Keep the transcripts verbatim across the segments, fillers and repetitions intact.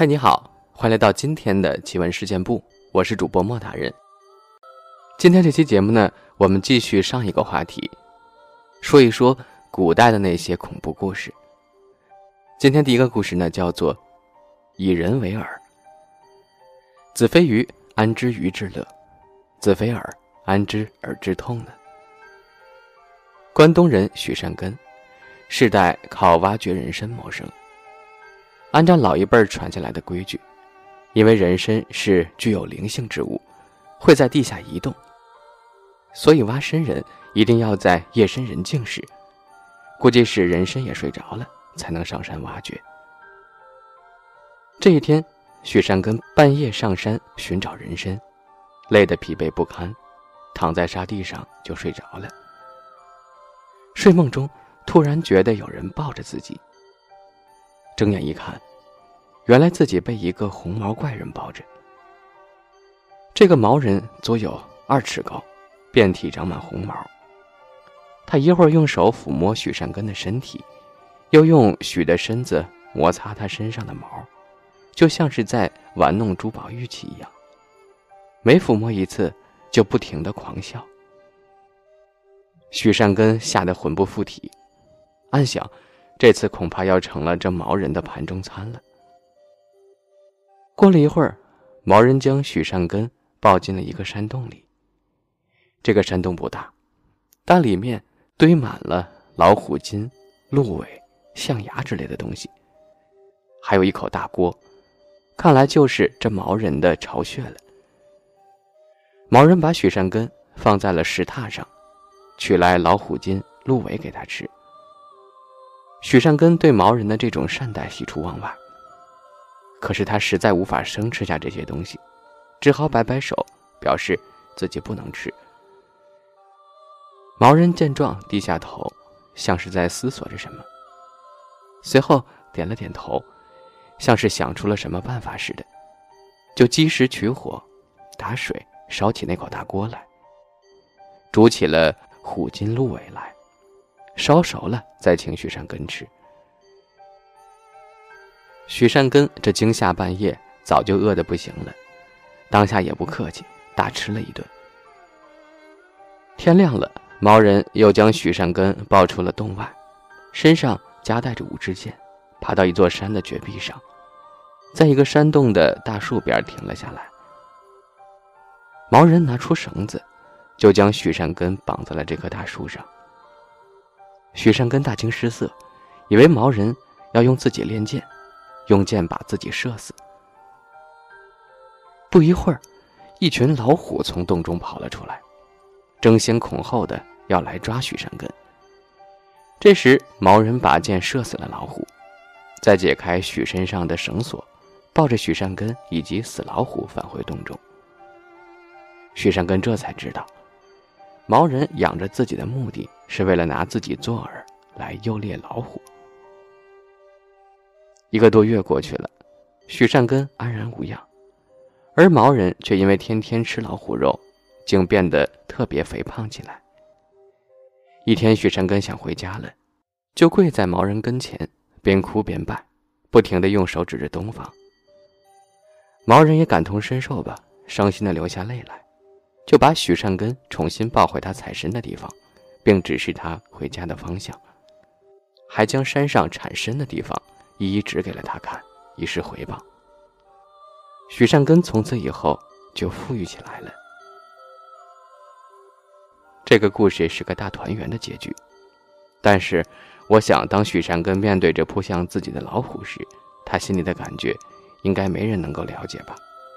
嗨，你好，欢迎来到今天的奇闻事件部，我是主播莫大人。今天这期节目呢，我们继续上一个话题，说一说古代的那些恐怖故事。今天第一个故事呢，叫做以人为饵。子非鱼，安知鱼之乐？子非饵，安知饵之痛呢？关东人许善根，世代靠挖掘人参谋生。按照老一辈传下来的规矩，因为人参是具有灵性之物，会在地下移动，所以挖参人一定要在夜深人静时，估计是人参也睡着了，才能上山挖掘。这一天，许善根半夜上山寻找人参，累得疲惫不堪，躺在沙地上就睡着了。睡梦中突然觉得有人抱着自己，睁眼一看，原来自己被一个红毛怪人抱着。这个毛人足有二尺高，遍体长满红毛。他一会儿用手抚摸许善根的身体，又用许的身子摩擦他身上的毛，就像是在玩弄珠宝玉器一样。每抚摸一次，就不停地狂笑。许善根吓得魂不附体，暗想这次恐怕要成了这毛人的盘中餐了。过了一会儿，毛人将许善根抱进了一个山洞里。这个山洞不大，但里面堆满了老虎筋、鹿尾、象牙之类的东西，还有一口大锅，看来就是这毛人的巢穴了。毛人把许善根放在了石榻上，取来老虎筋、鹿尾给他吃。许善根对毛人的这种善待喜出望外，可是他实在无法生吃下这些东西，只好摆摆手，表示自己不能吃。毛人见状低下头，像是在思索着什么，随后点了点头，像是想出了什么办法似的，就积石取火，打水烧起那口大锅来，煮起了虎筋鹿尾来，烧熟了再请许善根吃。许善根这惊吓半夜，早就饿得不行了，当下也不客气，大吃了一顿。天亮了，毛人又将许善根抱出了洞外，身上夹带着五支箭，爬到一座山的绝壁上，在一个山洞的大树边停了下来。毛人拿出绳子，就将许善根绑在了这棵大树上。许善根大惊失色，以为毛人要用自己练箭，用箭把自己射死。不一会儿，一群老虎从洞中跑了出来，争先恐后的要来抓许善根。这时毛人把箭射死了老虎，再解开许身上的绳索，抱着许善根以及死老虎返回洞中。许善根这才知道，毛人养着自己的目的是为了拿自己做饵来诱猎老虎。一个多月过去了，许善根安然无恙，而毛人却因为天天吃老虎肉，竟变得特别肥胖起来。一天，许善根想回家了，就跪在毛人跟前，边哭边拜，不停地用手指着东方。毛人也感同身受吧，伤心地流下泪来，就把许善根重新抱回他采参的地方，并指示他回家的方向，还将山上产参的地方一一指给了他看，以示回报。许善根从此以后就富裕起来了。这个故事是个大团圆的结局，但是我想当许善根面对着扑向自己的老虎时，他心里的感觉应该没人能够了解吧。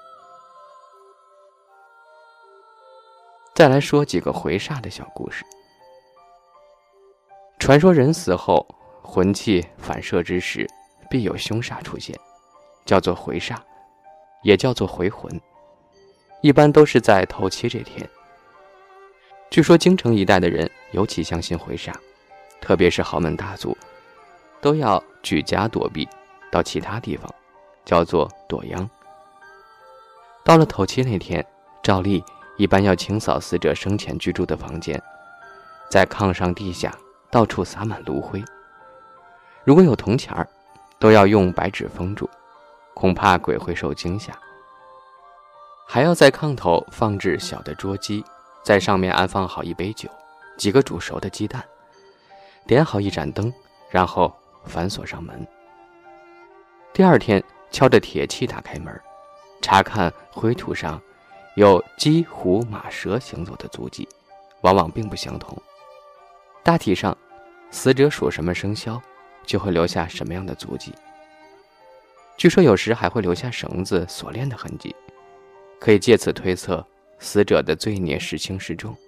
再来说几个回煞的小故事。传说人死后魂气反射之时，必有凶煞出现，叫做回煞，也叫做回魂，一般都是在头七这天。据说京城一带的人尤其相信回煞，特别是豪门大族，都要举家躲避到其他地方，叫做躲殃。到了头七那天，照例一般要清扫死者生前居住的房间，在炕上地下到处撒满炉灰，如果有铜钱儿，都要用白纸封住， 恐怕鬼会受惊吓。还要在炕头放置小的桌机，在上面安放好一杯酒，几个煮熟的鸡蛋，点好一盏灯，然后反锁上门。第二天敲着铁器打开门，查看灰土上有鸡、虎、马、蛇行走的足迹，往往并不相同。大体上，死者属什么生肖，就会留下什么样的足迹。据说有时还会留下绳子、锁链的痕迹，可以借此推测死者的罪孽是轻是重。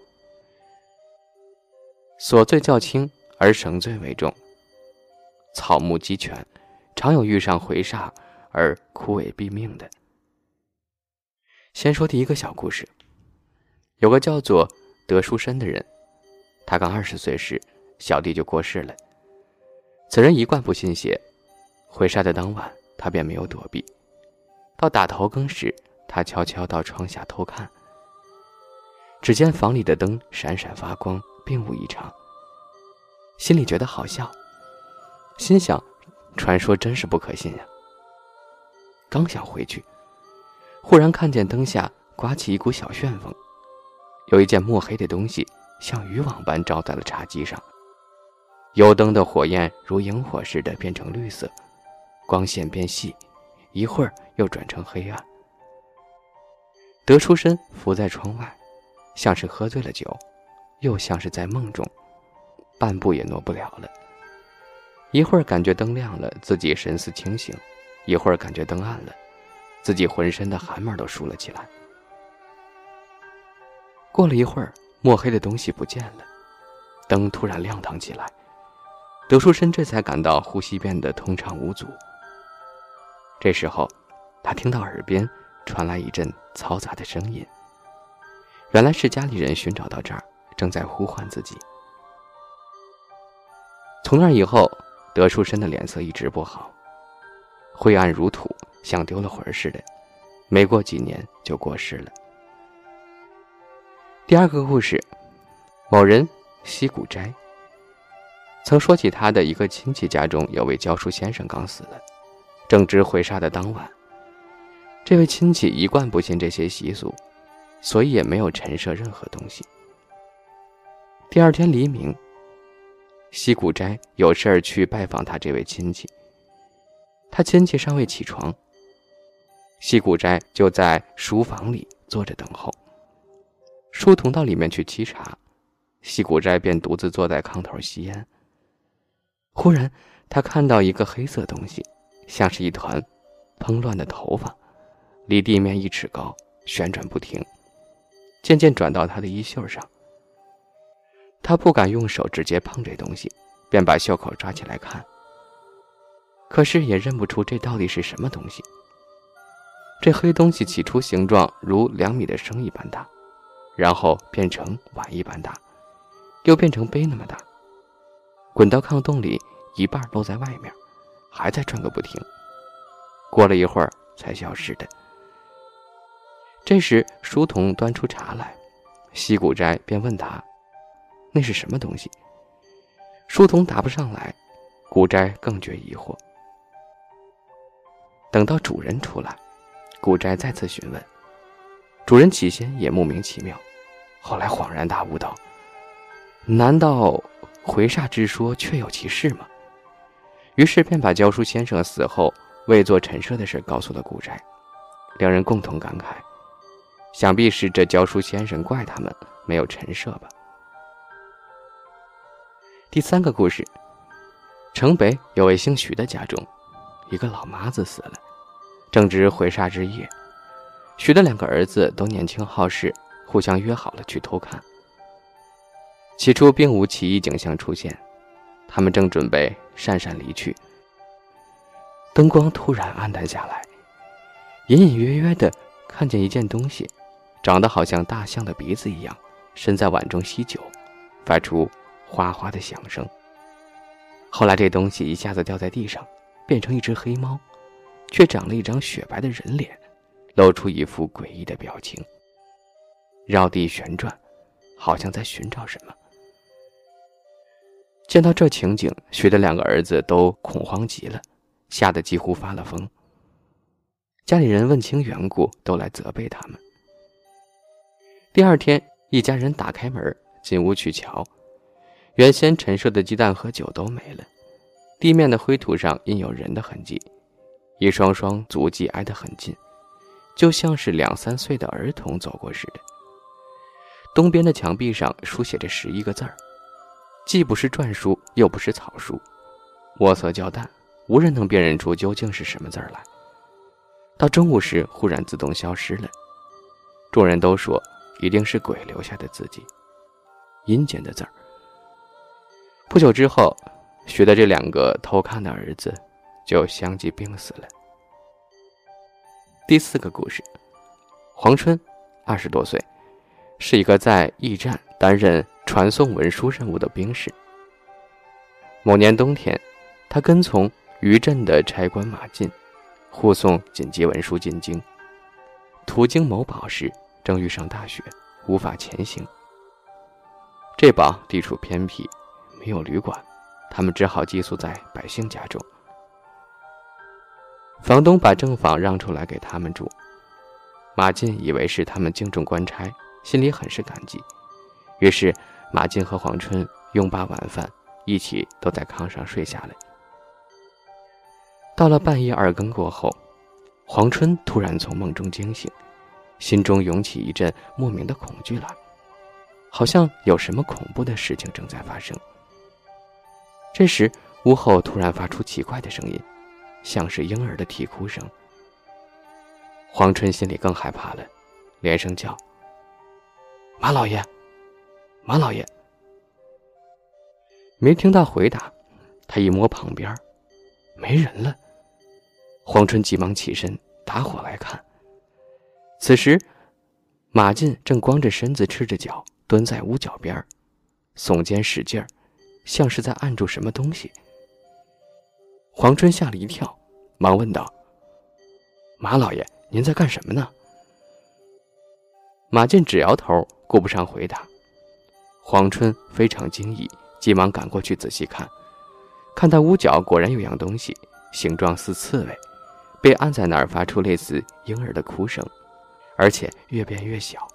锁罪较轻，而绳罪为重。草木鸡犬，常有遇上回煞而枯萎毙命的。先说第一个小故事。有个叫做德书生的人，他刚二十岁时，小弟就过世了。此人一贯不信邪，回煞的当晚，他便没有躲避。到打头更时，他悄悄到窗下偷看，只见房里的灯闪闪发光，并无异常，心里觉得好笑，心想传说真是不可信呀。刚想回去，忽然看见灯下刮起一股小旋风，有一件墨黑的东西像渔网般照在了茶几上，油灯的火焰如萤火似的变成绿色，光线变细，一会儿又转成黑暗。德书生伏在窗外，像是喝醉了酒，又像是在梦中，半步也挪不了了。一会儿感觉灯亮了，自己神思清醒；一会儿感觉灯暗了，自己浑身的汗毛都竖了起来。过了一会儿，墨黑的东西不见了，灯突然亮堂起来，德书生这才感到呼吸变得通畅无阻。这时候，他听到耳边传来一阵嘈杂的声音，原来是家里人寻找到这儿，正在呼唤自己。从那以后，德书生的脸色一直不好，灰暗如土，像丢了魂似的，没过几年就过世了。第二个故事，某人西谷斋曾说起他的一个亲戚家中有位教书先生刚死了，正值回煞的当晚，这位亲戚一贯不信这些习俗，所以也没有陈设任何东西。第二天黎明，西谷斋有事儿去拜访他这位亲戚，他亲戚尚未起床，西谷斋就在书房里坐着等候。书童到里面去沏茶，西谷斋便独自坐在炕头吸烟。忽然他看到一个黑色东西，像是一团蓬乱的头发，离地面一尺高，旋转不停，渐渐转到他的衣袖上。他不敢用手直接碰这东西，便把袖口抓起来看，可是也认不出这到底是什么东西。这黑东西起初形状如两米的生一般大，然后变成碗一般大，又变成杯那么大，滚到炕洞里，一半露在外面，还在转个不停，过了一会儿才消失的。这时书童端出茶来，西谷斋便问他那是什么东西。书童答不上来，谷斋更觉疑惑。等到主人出来，谷斋再次询问，主人起先也莫名其妙，后来恍然大悟道，难道回煞之说确有其事吗？于是便把教书先生死后未做陈设的事告诉了谷斋，两人共同感慨，想必是这教书先生怪他们没有陈设吧。第三个故事，城北有位姓徐的家中，一个老妈子死了，正值回煞之夜。徐的两个儿子都年轻好事，互相约好了去偷看。起初并无奇异景象出现，他们正准备讪讪离去，灯光突然暗淡下来，隐隐约约地看见一件东西，长得好像大象的鼻子一样，伸在碗中吸酒，发出哗哗的响声。后来这东西一下子掉在地上，变成一只黑猫，却长了一张雪白的人脸，露出一副诡异的表情，绕地旋转，好像在寻找什么。见到这情景，徐的两个儿子都恐慌极了，吓得几乎发了疯。 家里人问清缘故，都来责备他们。第二天，一家人打开门进屋去瞧，原先陈设的鸡蛋和酒都没了，地面的灰土上印有人的痕迹，一双双足迹挨得很近，就像是两三岁的儿童走过似的。东边的墙壁上书写着十一个字儿，既不是篆书，又不是草书，墨色较淡，无人能辨认出究竟是什么字儿来。到中午时忽然自动消失了，众人都说一定是鬼留下的字迹，阴间的字儿。不久之后，学的这两个偷看的儿子就相继病死了。第四个故事，黄春二十多岁，是一个在驿站担任传送文书任务的兵士。某年冬天，他跟从余镇的差官马进护送紧急文书进京，途经某堡时正遇上大雪，无法前行。这堡地处偏僻，没有旅馆，他们只好寄宿在百姓家中。房东把正房让出来给他们住，马进以为是他们敬重官差，心里很是感激。于是马进和黄春用罢晚饭，一起都在炕上睡下来。到了半夜二更过后，黄春突然从梦中惊醒，心中涌起一阵莫名的恐惧来，好像有什么恐怖的事情正在发生。这时屋后突然发出奇怪的声音，像是婴儿的啼哭声。黄春心里更害怕了，连声叫：马老爷，马老爷。没听到回答，他一摸旁边，没人了。黄春急忙起身打火来看，此时马进正光着身子赤着脚蹲在屋角边，耸肩使劲儿，像是在按住什么东西。黄春吓了一跳，忙问道：马老爷，您在干什么呢？马进只摇头，顾不上回答。黄春非常惊异，急忙赶过去仔细看，看到屋角果然有样东西，形状似刺猬，被按在那儿发出类似婴儿的哭声，而且越变越小。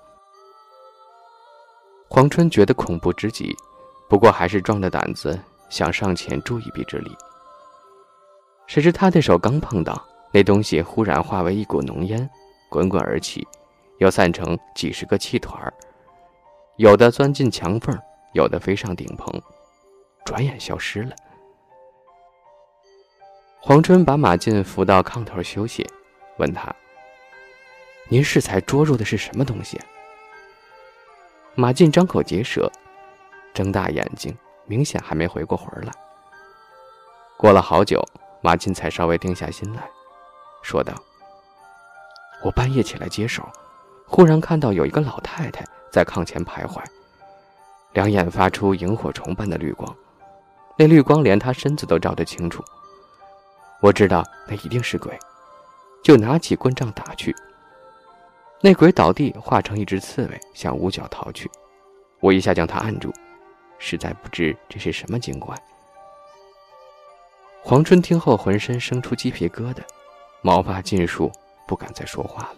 黄春觉得恐怖之极，不过还是壮着胆子想上前助一臂之力。谁知他的手刚碰到，那东西忽然化为一股浓烟，滚滚而起，又散成几十个气团，有的钻进墙缝，有的飞上顶棚，转眼消失了。黄春把马进扶到炕头休息，问他：您适才捉住的是什么东西？马进张口结舌，睁大眼睛，明显还没回过魂来。过了好久，马进才稍微定下心来，说道：我半夜起来接手，忽然看到有一个老太太在炕前徘徊，两眼发出萤火虫般的绿光，那绿光连她身子都照得清楚。我知道那一定是鬼，就拿起棍杖打去。那鬼倒地，化成一只刺猬，向屋角逃去。我一下将他按住，实在不知这是什么精怪。黄春听后浑身生出鸡皮疙瘩，毛发尽竖，不敢再说话了。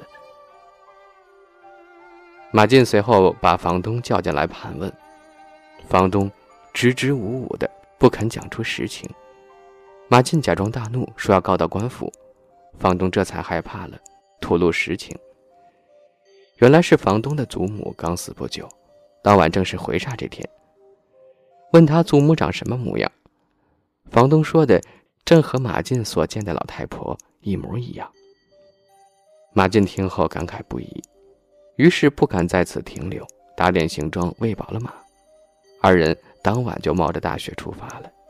马进随后把房东叫进来盘问，房东支支吾吾的不肯讲出实情。马进假装大怒，说要告到官府，房东这才害怕了，吐露实情。原来是房东的祖母刚死不久，当晚正是回煞这天。问他祖母长什么模样，房东说的正和马进所见的老太婆一模一样。马进听后感慨不已，于是不敢在此停留，打点行装喂饱了马，二人当晚就冒着大雪出发了。